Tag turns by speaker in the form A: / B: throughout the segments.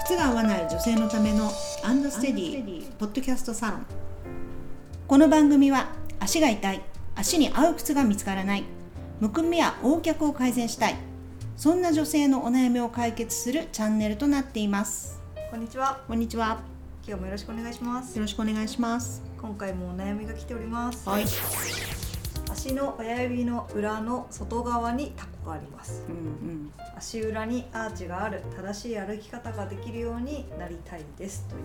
A: 靴が合わない女性のためのアンドステディポッドキャストサロン。この番組は足が痛い、足に合う靴が見つからない、むくみや横脚を改善したい、そんな女性のお悩みを解決するチャンネルとなっています。
B: こんにちは。
A: こんにちは。
B: 今日もよろしくお願いします。
A: よろしくお願いします。
B: 今回もお悩みが来ております。
A: はい。
B: 足の親指の裏の外側にタコがあります。足裏にアーチがある正しい歩き方ができるようになりたいですという。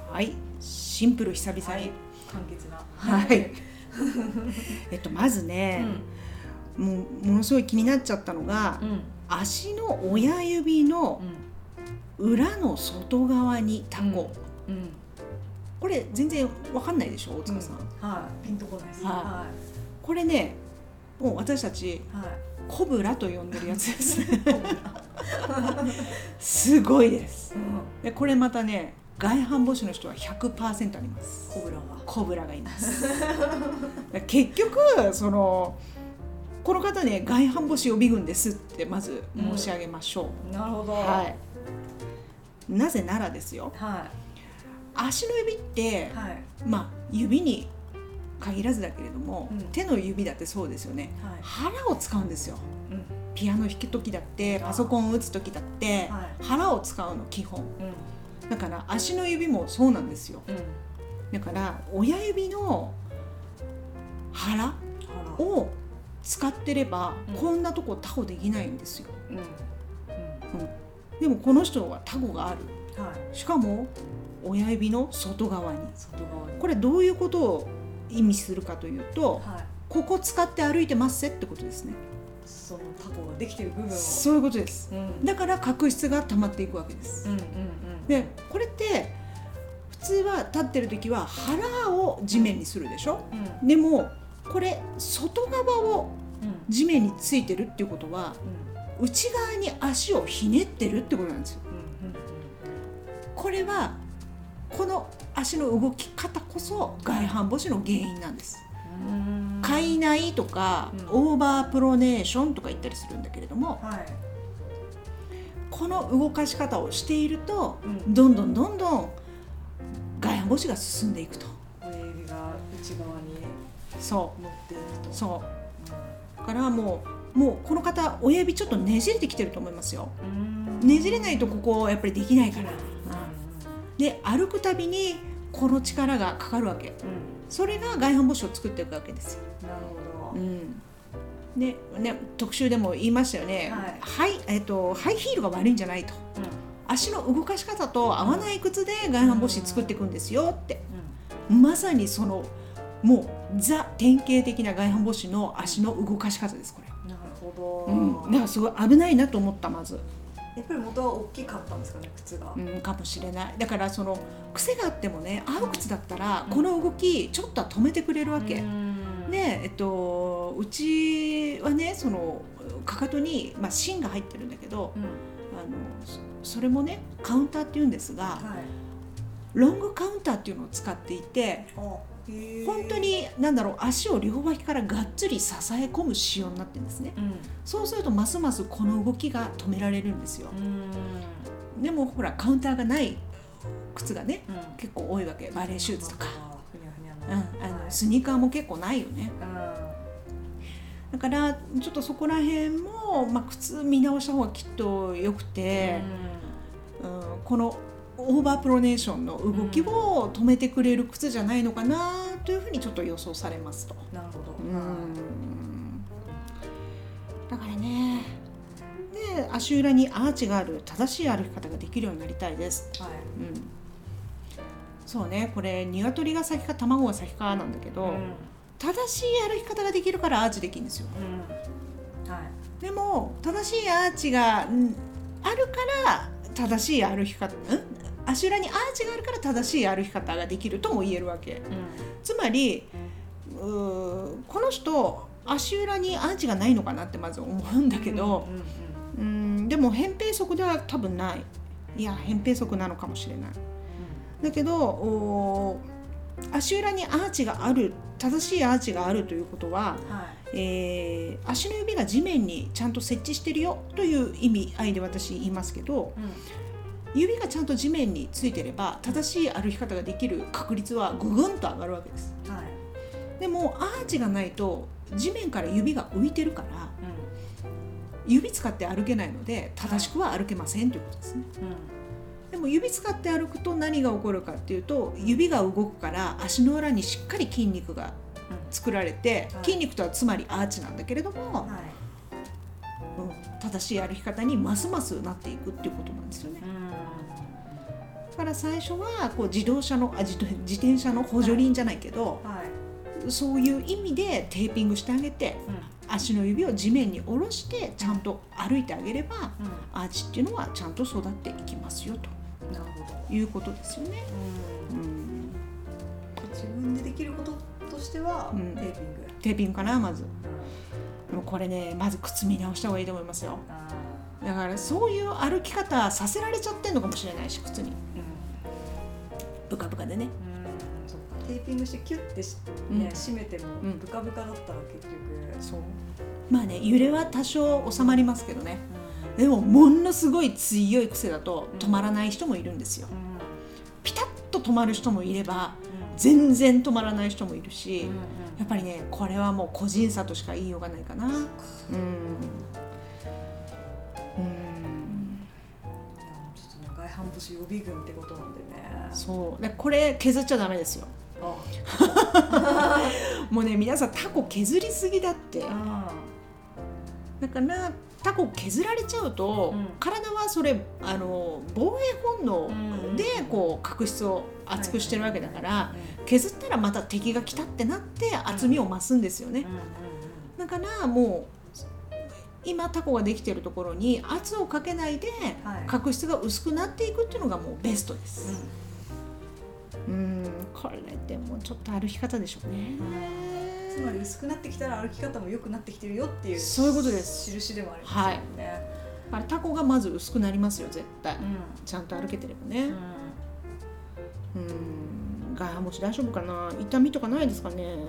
A: はい。シンプル久々に。
B: はい、簡潔な。
A: はい。まずね、ものすごい気になっちゃったのが、足の親指の裏の外側にタコ。これ全然わかんないでしょ、大塚さん。
B: はい、ピンとこないです。
A: はい。これね、もう私たち、コブラと呼んでるやつですね。すごいです。でこれまたね、外反母趾の人は 100% あります。コブラがいます。結局この方ね、外反母趾予備軍ですってまず申し上げましょう。
B: なるほど。
A: はい。なぜならですよ。足の指って、指に限らずだけれども、手の指だってそうですよね。腹を使うんですよ。ピアノ弾く時だって、パソコンを打つ時だって、腹を使うの基本。だから足の指もそうなんですよ。だから親指の腹を使ってれば、こんなとこタコできないんですよ。でもこの人はタコがある。しかも親指の外側に。これどういうことを意味するかというと、ここ使って歩いてますってことですね。
B: そのタコができてる部分を。
A: そういうことです。だから角質が溜まっていくわけです。でこれって普通は立ってる時は腹を地面にするでしょ。でもこれ外側を地面についてるっていうことは、内側に足をひねってるってことなんですよ。これはこの足の動き方こそ外反母趾の原因なんです。開内とか、オーバープロネーションとか言ったりするんだけれども、この動かし方をしていると、どんどん外反母趾が進んでいくと。
B: 親指が内側に
A: 持
B: っていくと。
A: そう。だからもうこの方親指ちょっとねじれてきてると思いますよ。ねじれないとここやっぱりできないから。で歩くたびにこの力がかかるわけ。それが外反母趾を作っていくわけですよ。
B: なるほど。
A: ね、特集でも言いましたよね。ハイヒールが悪いんじゃないと。足の動かし方と合わない靴で外反母趾作っていくんですよって。まさにもうザ典型的な外反母趾の足の動かし方です、これ。
B: なるほど。
A: だからすごい危ないなと思った。まず
B: やっぱり元は大きかったんですかね、靴が。
A: かもしれない。だから癖があってもね、合う靴だったらこの動きちょっとは止めてくれるわけ。で、うちはね、かかとに、芯が入ってるんだけど、それもねカウンターっていうんですが、ロングカウンターっていうのを使っていて、本当に足を両脇からがっつり支え込む仕様になってるんですね。そうするとますますこの動きが止められるんですよ。でもほらカウンターがない靴がね、結構多いわけ。バレーシューズとか、スニーカーも結構ないよね。だからちょっとそこら辺も、靴見直した方がきっとよくて、このオーバープロネーションの動きを止めてくれる靴じゃないのかなというふうにちょっと予想されますと。
B: なるほど。
A: だからね、で足裏にアーチがある正しい歩き方ができるようになりたいです。そうね、これ鶏が先か卵が先かなんだけど、正しい歩き方ができるからアーチできるんですよ。でも正しいアーチがあるから正しい歩き方、足裏にアーチがあるから正しい歩き方ができるとも言えるわけ。つまりこの人足裏にアーチがないのかなってまず思うんだけど、でも扁平足では多分ない。いや扁平足なのかもしれない。だけど足裏にアーチがある、正しいアーチがあるということは、足の指が地面にちゃんと設置してるよという意味合いで私言いますけど、 指がちゃんと地面についてれば正しい歩き方ができる確率はぐぐんと上がるわけです、はい、でもアーチがないと地面から指が浮いてるから、指使って歩けないので正しくは歩けませんということですね、でも指使って歩くと何が起こるかっていうと、指が動くから足の裏にしっかり筋肉が作られて、筋肉とはつまりアーチなんだけれども、正しい歩き方にますますなっていくっていうことなんですよね。だから最初はこう自転車の補助輪じゃないけど、そういう意味でテーピングしてあげて、足の指を地面に下ろしてちゃんと歩いてあげれば、アーチっていうのはちゃんと育っていきますよということですよね。
B: 自分でできることとしては、
A: テーピングかなまず。でもこれね、まず靴見直した方がいいと思いますよ。だからそういう歩き方させられちゃってんのかもしれないし、靴に、ブカブカでね。
B: テーピングしてキュッて締めてもブカブカだったら結局、
A: そうまあね、揺れは多少収まりますけどね、でもものすごい強い癖だと止まらない人もいるんですよ、ピタッと止まる人もいれば、全然止まらない人もいるし、やっぱりね、これはもう個人差としか言いようがないかな。
B: 外反母趾予備軍ってことなんでね。
A: そうで、これ削っちゃダメですよ。もうね、皆さんタコ削りすぎだって。だからタコ削られちゃうと、体はそれ防衛本能でこう角質を厚くしてるわけだから、削ったらまた敵が来たってなって厚みを増すんですよね。だからもう今タコができてるところに圧をかけないで角質が薄くなっていくっていうのがもうベストです。これでもちょっと歩き方でしょうね。
B: つまり薄くなってきたら歩き方も良くなってきてるよっていう、
A: そういうことです。
B: 印でもありますよね。
A: はい、タコがまず薄くなりますよ、絶対。ちゃんと歩けてればね。外反母趾大丈夫かな、痛みとかないですかね。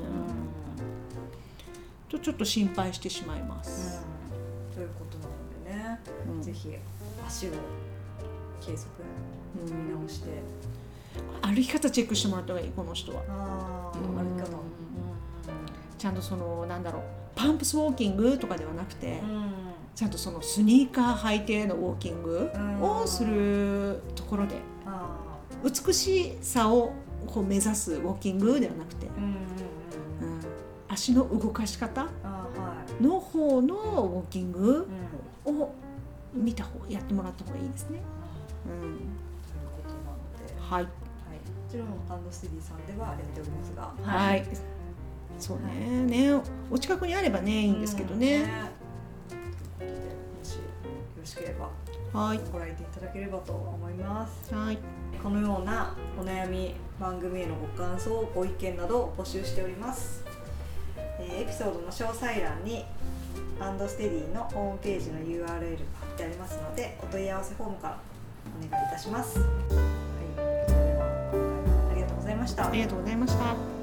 A: ちょっと心配してしまいます。
B: ということなのでね、ぜひ足を継続見直して、
A: 歩き方チェックしてもらった方がいい、この人は。
B: 歩き方、
A: ちゃんとパンプスウォーキングとかではなくて、ちゃんとそのスニーカー履いてのウォーキングをするところで、美しさをこう目指すウォーキングではなくて、足の動かし方の方のウォーキングをやってもらった方がいいですね。
B: ということなので、
A: はい。も
B: ちろんハンドステディさんではやっておりますが、
A: はい。そうね、お近くにあればね、いいんですけどね。
B: ということで、もしよろしければご来店いただければと思います。
A: はい。
B: このようなお悩み、番組へのご感想、ご意見などを募集しております。エピソードの詳細欄にハンドステディのホームページの URL が貼ってありますので、お問い合わせフォームからお願いいたします。はい、それでは今回もありがとうございました。
A: ありがとうございました。